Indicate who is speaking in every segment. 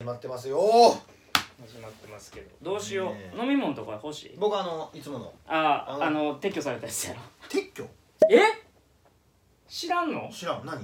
Speaker 1: まってますよ。
Speaker 2: 始まってますけど、どうしよう、飲み物とか欲しい？
Speaker 1: 僕いつもの
Speaker 2: 撤去されたやつやろ。
Speaker 1: 撤去？
Speaker 2: 知らんの？
Speaker 1: 知らん。何？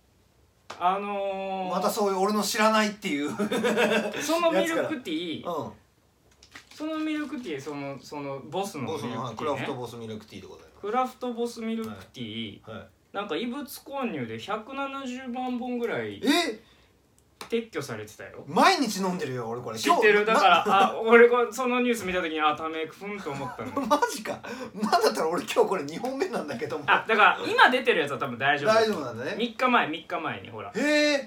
Speaker 2: ま
Speaker 1: たそういう俺の知らないっていう
Speaker 2: そのミルクティー、
Speaker 1: うん、
Speaker 2: そのミルクティー、そのボスのミルクティー、ね、
Speaker 1: クラフトボスミルクティーでございます。
Speaker 2: クラフトボスミルクティー、なんか異物混入で170万本ぐらい撤去されてたよ。
Speaker 1: 毎日飲んでるよ俺これ。
Speaker 2: 知ってる。だから俺そのニュース見た時にためくんと思ったの。
Speaker 1: マジか。なんだったら俺今日これ2本目なんだけども。
Speaker 2: だから今出てるやつは多分大丈夫。
Speaker 1: 大丈夫なんだね。
Speaker 2: 3日前にほら。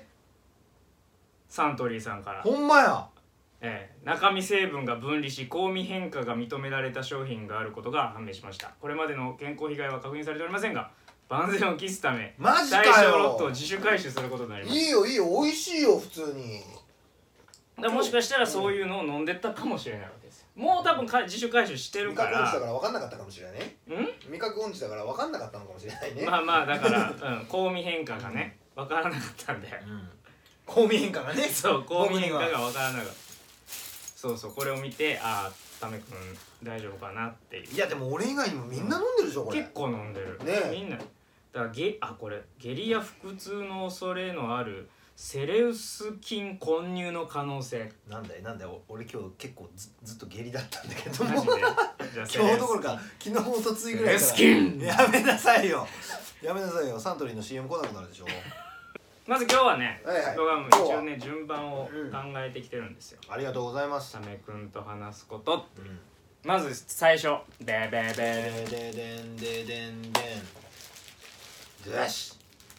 Speaker 2: サントリーさんから。
Speaker 1: ほんまや。
Speaker 2: 中身成分が分離し香味変化が認められた商品があることが判明しました。これまでの健康被害は確認されておりませんが、万全を期すため
Speaker 1: マジかよ、
Speaker 2: 対象ロットを自主回収することになります。
Speaker 1: いいよ美味しいよ普通に。
Speaker 2: もしかしたらそういうのを飲んでったかもしれないわけですよ。もう多分自主回収してるから。
Speaker 1: 味覚音痴だから分かんなかったかもしれないね。味覚音痴だから分かんなかったのかもしれないね。
Speaker 2: まあだから香味変化がね分からなかったんで、
Speaker 1: 香味変化がね。
Speaker 2: そう香味変化が分からなかった。そうこれを見てためくん大丈夫かなっていう。
Speaker 1: いやでも俺以外にもみんな飲んでるでしょこれ。
Speaker 2: 結構飲んでる
Speaker 1: ね。
Speaker 2: みんなだからこれ下痢や腹痛の恐れのあるセレウス菌混入の可能性。
Speaker 1: なんだよ俺今日結構ずっと下痢だったんだけども。
Speaker 2: マジでじゃあ
Speaker 1: 今日どころか昨日おとついぐらいから。
Speaker 2: セレウス菌
Speaker 1: やめなさいよサントリーの CM 来なくなるでしょ。
Speaker 2: まず今日はね、僕はもう一応ね順番を考えてきてるんですよ。
Speaker 1: ありがとうございます。
Speaker 2: ためくんと話すことって、まず最初ベベベ
Speaker 1: ででんででんでんよし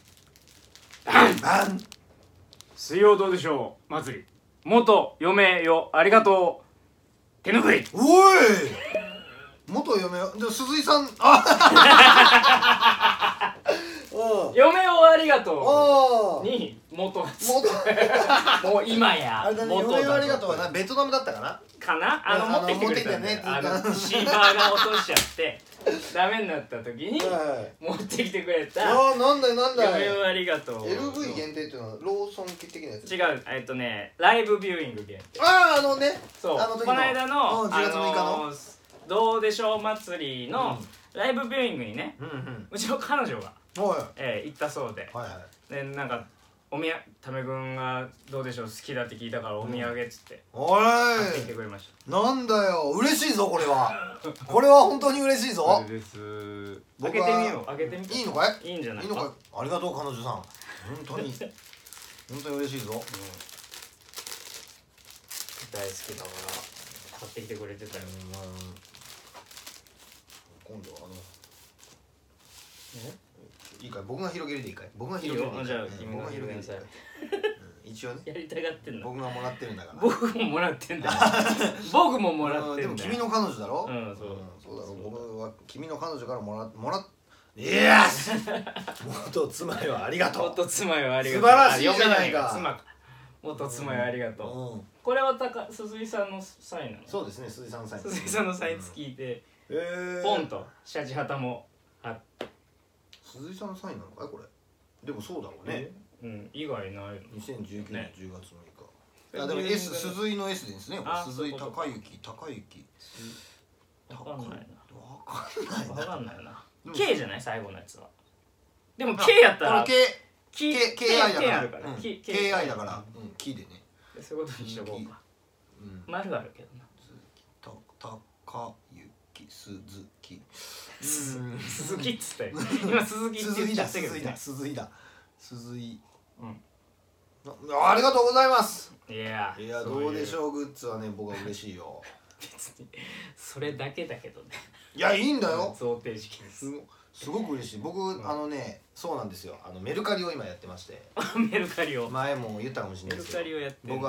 Speaker 1: バン。
Speaker 2: 水曜どうでしょう祭り、元嫁よありがとう手拭い。
Speaker 1: おい元嫁よで鈴井さん
Speaker 2: 嫁をありがとうに元がつくもう今や
Speaker 1: あれだね、嫁をありがとうはなベトナムだったかな
Speaker 2: 持ってきてくれたんだよ。シーバーが落としちゃってダメになった時に持ってきてくれた
Speaker 1: なんだよ
Speaker 2: 嫁をありがとう。
Speaker 1: LV 限定っていうのはローソン的なやつ。
Speaker 2: 違う、ライブビューイング限定。そうこの間の
Speaker 1: 10月6日の
Speaker 2: どうでしょう祭りのライブビューイングにね、うちの彼女が行ったそうで、なんかためくんがどうでしょう好きだって聞いたからお土産っつって買ってきてくれました。
Speaker 1: なんだよ嬉しいぞこれはこれは本当に嬉しいぞ。
Speaker 2: それです。開けてみよう。開けてみて
Speaker 1: いいのかい？
Speaker 2: いいんじゃない
Speaker 1: か。ありがとう彼女さん本当に嬉しいぞ。
Speaker 2: 大好きだから買ってきてくれてたよ。
Speaker 1: 今度いいかい僕が広げるでいいかい。僕が広げるでいいかい。
Speaker 2: じゃあ君が広げなさい。
Speaker 1: 一応ね
Speaker 2: やりたがってんの。
Speaker 1: 僕がもらってるんだから。
Speaker 2: 僕ももらってんだよ。僕ももらってんだよ。
Speaker 1: でも君の彼女だろ。そうだろ。僕は君の彼女からもらっイエス元妻よありがとう。
Speaker 2: 元妻よありがとう。
Speaker 1: 素晴らしいじゃないか。
Speaker 2: 元妻よありがとう。これは鈴井さんのサインなの？
Speaker 1: そうですね、鈴井さんのサイン。
Speaker 2: 鈴井さんのサイン聞いてポンとシャチハタもあって。
Speaker 1: 鈴井さんのサインなのかいこれ。でもそうだろうね。
Speaker 2: 以外ないの。
Speaker 1: 2019年10月6日。いやでも鈴井の S ですね。鈴井孝之。
Speaker 2: わかんないな。K じゃない最後のやつは。でも K やったら
Speaker 1: KI
Speaker 2: あるから。
Speaker 1: KI だから木でね。
Speaker 2: そういうことにしとこうか。丸あるけどな。
Speaker 1: 孝之鈴木。
Speaker 2: 鈴木っつったよ。今鈴木って言っちゃったけどね。
Speaker 1: 鈴井。ありがとうございます。
Speaker 2: いや
Speaker 1: どうでしょうグッズはね僕は嬉しいよ。
Speaker 2: 別にそれだけだけどね。
Speaker 1: いやいいんだよ。
Speaker 2: 贈呈式
Speaker 1: すごく嬉しい。僕そうなんですよ。メルカリを今やってまして。
Speaker 2: メルカリを
Speaker 1: 前も言ったかもしれないですけど。
Speaker 2: メルカリをやって
Speaker 1: 僕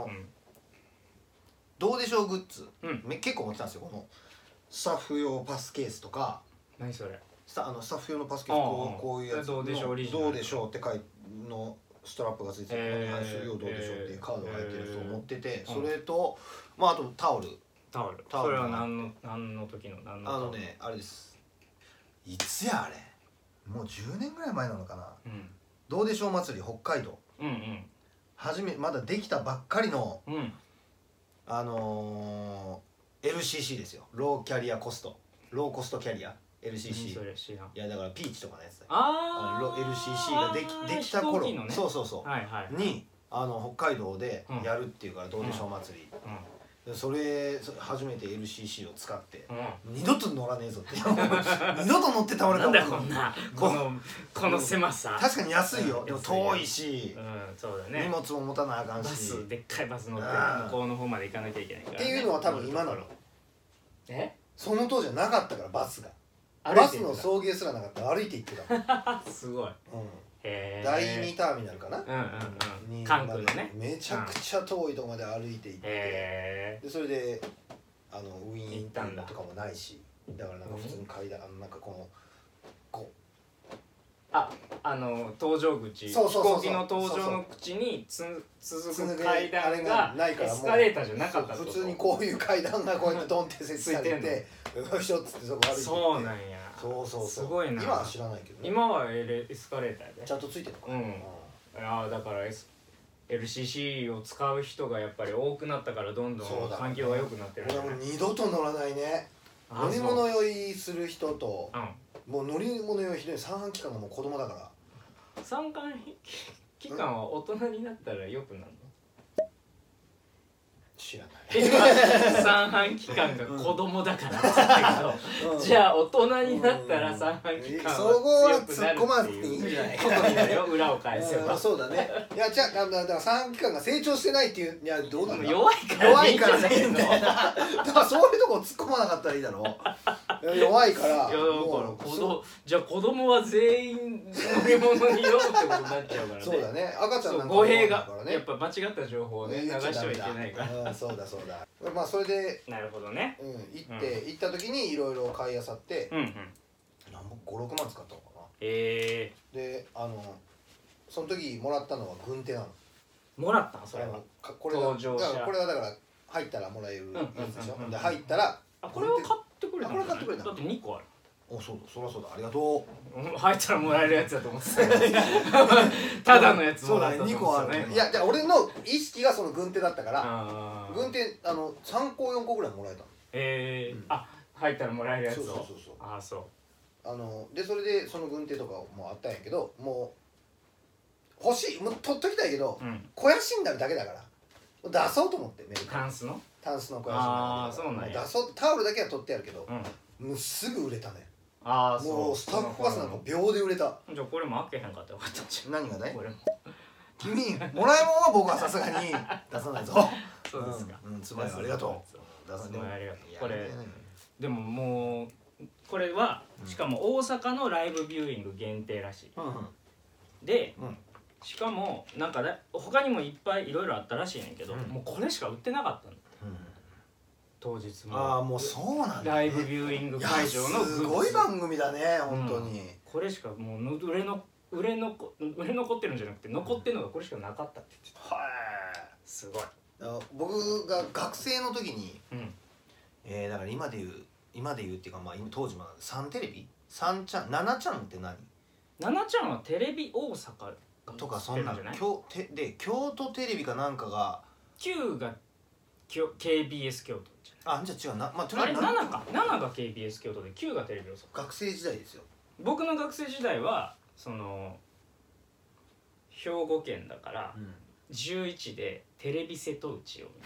Speaker 1: どうでしょうグッズ結構持ってたんですよ。このスタッフ用パスケースとか。
Speaker 2: 何それ？
Speaker 1: スタッフ用のパスケースこういうやつ。どうでしょうって書いてのストラップがついてて「水曜どうでしょう」っていうカードが入ってるやつを持ってて、それとあとタオル。
Speaker 2: それは何の時の
Speaker 1: あれです。いつやあれもう10年ぐらい前なのかな。どうでしょう祭り北海道まだできたばっかりの、
Speaker 2: うん、
Speaker 1: LCC ですよ。ローコストキャリア LCC。いやだからピーチとかのやつだよ。LCC ができた頃、ね、そうそうそう、はいはい、に北海道でやるっていうからどうでしょう祭り、それ初めて LCC を使って、二度と乗らねえぞって二度と乗って倒れた
Speaker 2: なんだこんなこの狭さ。
Speaker 1: 確かに安いよ、でも遠いし、
Speaker 2: そうだね、
Speaker 1: 荷物も持たなあかんし、
Speaker 2: でっかいバス乗って向こうの方まで行かなきゃいけないから、
Speaker 1: っていうのは多分今なの。その当時はなかったからバスが、バスの送迎すらなかった、歩いて行ってた
Speaker 2: すごい。
Speaker 1: 第2ターミナルかな、
Speaker 2: 関空のね、
Speaker 1: めちゃくちゃ遠いとこまで歩いて行って、でそれでウィーンっていうのとかもないし、だからなんか普通に階段、なんかこう
Speaker 2: 搭乗口、飛行機の搭乗の口に続く階段がエスカレーターじゃなかったってこと。
Speaker 1: 普通にこういう階段がこうやってドンって設置されて、よいしょっつってそこ歩いて、
Speaker 2: そうなんや、
Speaker 1: そう
Speaker 2: すごいな。
Speaker 1: 今は知らないけどね、
Speaker 2: 今はエスカレーターで
Speaker 1: ちゃんとついてるのか
Speaker 2: な。だから LCC を使う人がやっぱり多くなったから、どんどん環境が良くなってる。
Speaker 1: 俺はもう二度と乗らないね。乗り物酔いする人と、もう乗り物酔いひどい、三半規管がもう子供だから。
Speaker 2: 三半規管は大人になったら良くなるの？
Speaker 1: 知らない。
Speaker 2: 三半規管が子供だからって言ったけど、じゃあ大人になったら三半規管は強くなるっていう。いいんじゃないことになるよ、裏を返せば。
Speaker 1: そうだね。いや、じゃあだから三半規管が成長してないっていう、いやどうなの？
Speaker 2: 弱いからね。
Speaker 1: だからそういうとこ突っ込まなかったらいいだろう。弱いから。いやだから
Speaker 2: じゃあ子供は全員乗り物に酔うってことになっちゃうからね。
Speaker 1: そうだね。赤ちゃんなんか
Speaker 2: 語弊がやっぱ間違った情報をね流してはいけないから。
Speaker 1: そうだそうだ。まあそれで
Speaker 2: なるほどね。
Speaker 1: 行った時にいろいろ買いあさって、5、6万使ったのかな。でその時もらったのは軍手なの。
Speaker 2: もらったのそれは。
Speaker 1: これはだから入ったらもらえるやつでしょ。で入ったら
Speaker 2: これは買ってくれたんじゃない？
Speaker 1: だって
Speaker 2: 2個ある。
Speaker 1: そうだ、そりゃそうだ、ありがと
Speaker 2: う。入ったらもらえるやつだと思ってた。ただのやつもらったと思ってた。
Speaker 1: そうだね、2個あるね。いや、じゃあ俺の意識がその軍手だったから、軍手3個4個ぐらいもらえたの。
Speaker 2: 入ったらもらえるやつを。
Speaker 1: そう。
Speaker 2: ああ、そう。
Speaker 1: でそれでその軍手とかもあったんやけど、もう欲しい、もう取っときたいけど、肥やしになるだけだから出そうと思って。
Speaker 2: タンスの
Speaker 1: 肥やしになる。
Speaker 2: ああ、そうなんや。
Speaker 1: 出そう、タオルだけは取ってやるけど、もうすぐ売れたね。もうスタッフバスなんか秒で売れた。
Speaker 2: じゃあこれも開けへんかったらよかったんじゃん。
Speaker 1: 何がね？
Speaker 2: これも
Speaker 1: 君、もらい物は僕はさすがに出さないぞ。
Speaker 2: そうですか。
Speaker 1: つまりありがとう。
Speaker 2: 出さないありがとう。これでももうこれはしかも大阪のライブビューイング限定らしい。でしかもなんか他にもいっぱいいろいろあったらしいねんけど、もうこれしか売ってなかったの。当日も
Speaker 1: もうそうなんだ。
Speaker 2: ライブビューイング会場の
Speaker 1: すごい番組だね、本当に。
Speaker 2: これしかもう売れ残ってるんじゃなくて、残ってるのがこれしかなかったって言ってた。すごい。
Speaker 1: 僕が学生の時にだから今で言うっていうか、まあ当時サンテレビ7ちゃんって何
Speaker 2: ？7ちゃんはテレビ大阪
Speaker 1: とかそんなので、京都テレビかなんかが、
Speaker 2: Q がKBS 京都じゃない？
Speaker 1: じゃあ違うな、
Speaker 2: とりあえず7が KBS 京都で Q がテレビ大阪。
Speaker 1: 学生時代ですよ。
Speaker 2: 僕の学生時代はその兵庫県だから、11でテレビ瀬戸内を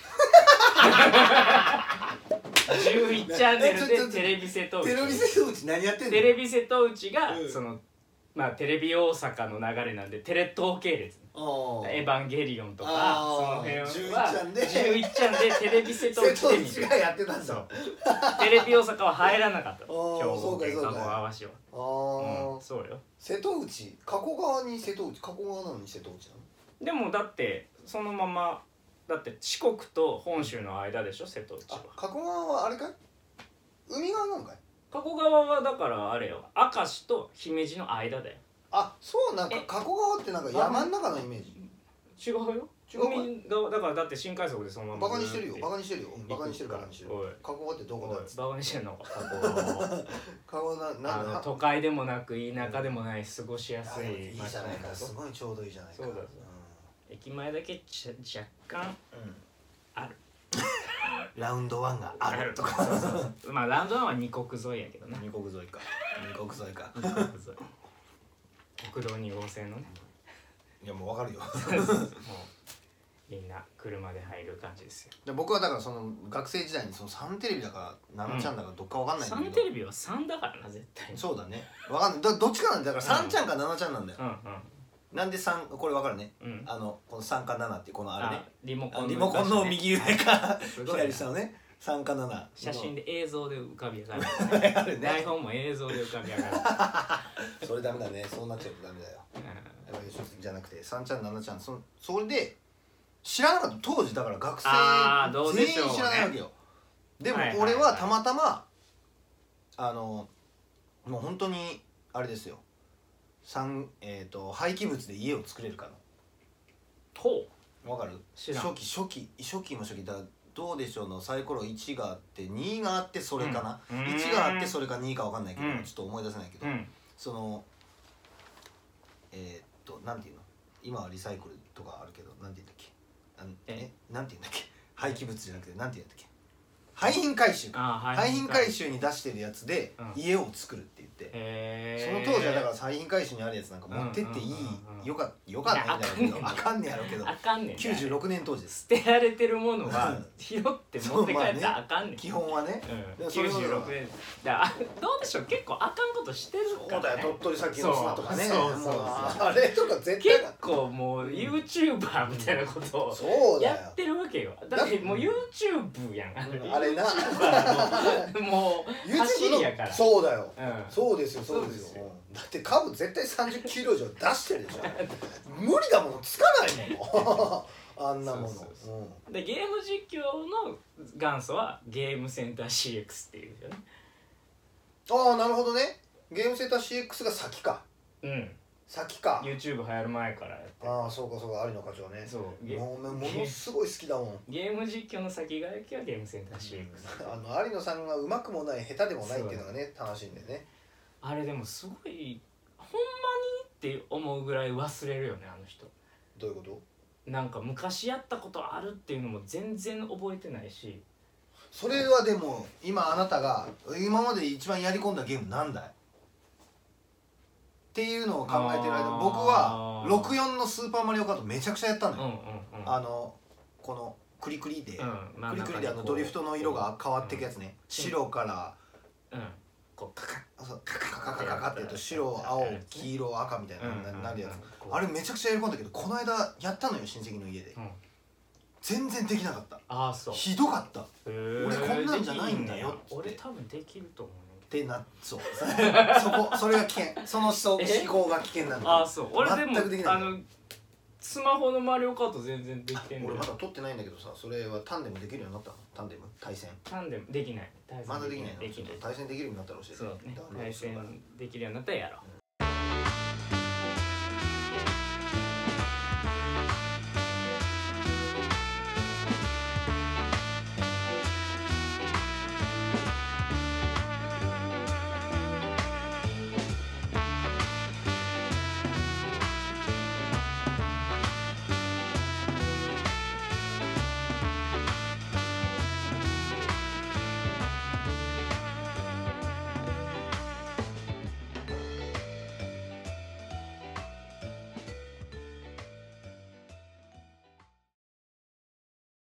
Speaker 2: 11チャンネルでテレビ瀬戸内。
Speaker 1: テレビ瀬戸内何やってんの？
Speaker 2: テレビ瀬戸内がそのテレビ大阪の流れなんで、テレ東系列、エヴァンゲリオンとかその辺は11ちゃんでテレビ瀬戸内で見て
Speaker 1: がやってたんだ。
Speaker 2: テレビ大阪は入らなかった。兵庫県加古川市は。そうよ。
Speaker 1: 瀬戸内、加古川に瀬戸内、加古川なのに瀬戸内なの？
Speaker 2: でもだってそのままだって四国と本州の間でしょ、瀬戸内は。
Speaker 1: 加古川はあれかい？海側なのかい？
Speaker 2: 加古川はだからあれよ、明石と姫路の間だよ。
Speaker 1: そう、なんか加古川ってなんか山の中のイメージ。
Speaker 2: 違うよ。海側だから、だって新快速でそのまま。
Speaker 1: バカにしてるよ、バカにしてるよ、バカにしてるからにしてる。加古川ってどこだっつって。
Speaker 2: バカにしてんのか、加古川。都会でもなく田舎でもない過ごしやすい。
Speaker 1: いいじゃないか、すごいちょうどいいじゃないか。
Speaker 2: 駅前だけ若干ある
Speaker 1: ラウンド1があるとか
Speaker 2: そうまあラウンド1は二国沿いやけどな。
Speaker 1: 二国沿いか二国沿いか
Speaker 2: 国道2号線のね。
Speaker 1: いやもう分かるよもう
Speaker 2: みんな車で入る感じですよ。
Speaker 1: で僕はだからその学生時代にその3テレビだから7ちゃんだからどっか分かんないんだけど、
Speaker 2: 3テレビは3だからな絶対に。
Speaker 1: そうだね分かんないどっちかなんだよだから3ちゃんか7ちゃんなんだよ、なんで3これ分かるね、この3か7っていうこのあれね
Speaker 2: リモコ
Speaker 1: ンの右上か左下のね3か7
Speaker 2: 写真で映像で浮かび上がるあるね台本も映像で浮かび上が
Speaker 1: るそれダメだねそうなっちゃうとダメだよじゃなくて3ちゃん7ちゃんそれで知らなかった当時だから学生全員知らないわけよ、でも俺はたまたまもう本当にあれですよ廃棄物で家を作れるかの
Speaker 2: ほ
Speaker 1: うわかる初期も初期だどうでしょうのサイコロ1があって2があってそれかな、1があってそれか2か分かんないけど、ちょっと思い出せないけど、そのなんていうの今はリサイクルとかあるけどなんていうんだっけなんていうんだっけ廃棄物じゃなくてなんていうんだっけ廃品回収廃品回収に出してるやつで家を作るって言って、その当時はだから廃品回収にあるやつなんか持ってっていいよかったんだけどあかんねんやろうけど96年当時です
Speaker 2: 捨てられてるものは拾って持って帰ったらあかんねん
Speaker 1: 基本はね
Speaker 2: 96年だどうでしょう結構あかんことしてるから
Speaker 1: そうだよ鳥取砂丘の砂とかねあれとか絶対
Speaker 2: 結構もう YouTuber みたいなことをやってるわけよだってもう YouTube やん
Speaker 1: あれな
Speaker 2: もう走りやから
Speaker 1: そうだよそうですよだって株絶対30キロ以上出してるでしょ無理だもんつかないもんあんなもの
Speaker 2: でゲーム実況の元祖はゲームセンター CX っていうよね
Speaker 1: ああなるほどねゲームセンター CX が先か先か
Speaker 2: YouTube 流行る前からやって
Speaker 1: ああそうか有野課長ねものすごい好きだもん
Speaker 2: ゲーム実況の先駆けはゲームセンター CX
Speaker 1: 有野さんがうまくもない下手でもないっていうのがね楽しいんでね
Speaker 2: あれでもすごいほんまにって思うぐらい忘れるよねあの人
Speaker 1: どういうこと？
Speaker 2: なんか昔やったことあるっていうのも全然覚えてないし
Speaker 1: それはでも今あなたが今まで一番やり込んだゲームなんだいっていうのを考えてる間僕は64のスーパーマリオカートめちゃくちゃやったのよこのクリクリでクリクリでドリフトの色が変わっていくやつね白からこうカカって言うと白青黄色赤みたいななるやつあれめちゃくちゃやり込んだけどこの間やったのよ親戚の家で全然できなかったひどかった俺こんなんじゃないんだよ
Speaker 2: 俺多分できると思う
Speaker 1: ってそうそれが危険その思考が危険なんだ
Speaker 2: 俺でもスマホのマリオカート全然できてんの
Speaker 1: 俺まだ撮ってないんだけどさそれはタンデムできるようになったのタンデム対戦
Speaker 2: できない
Speaker 1: まだできないの対戦できるようになったら教えて
Speaker 2: 対戦できるようになったらやろう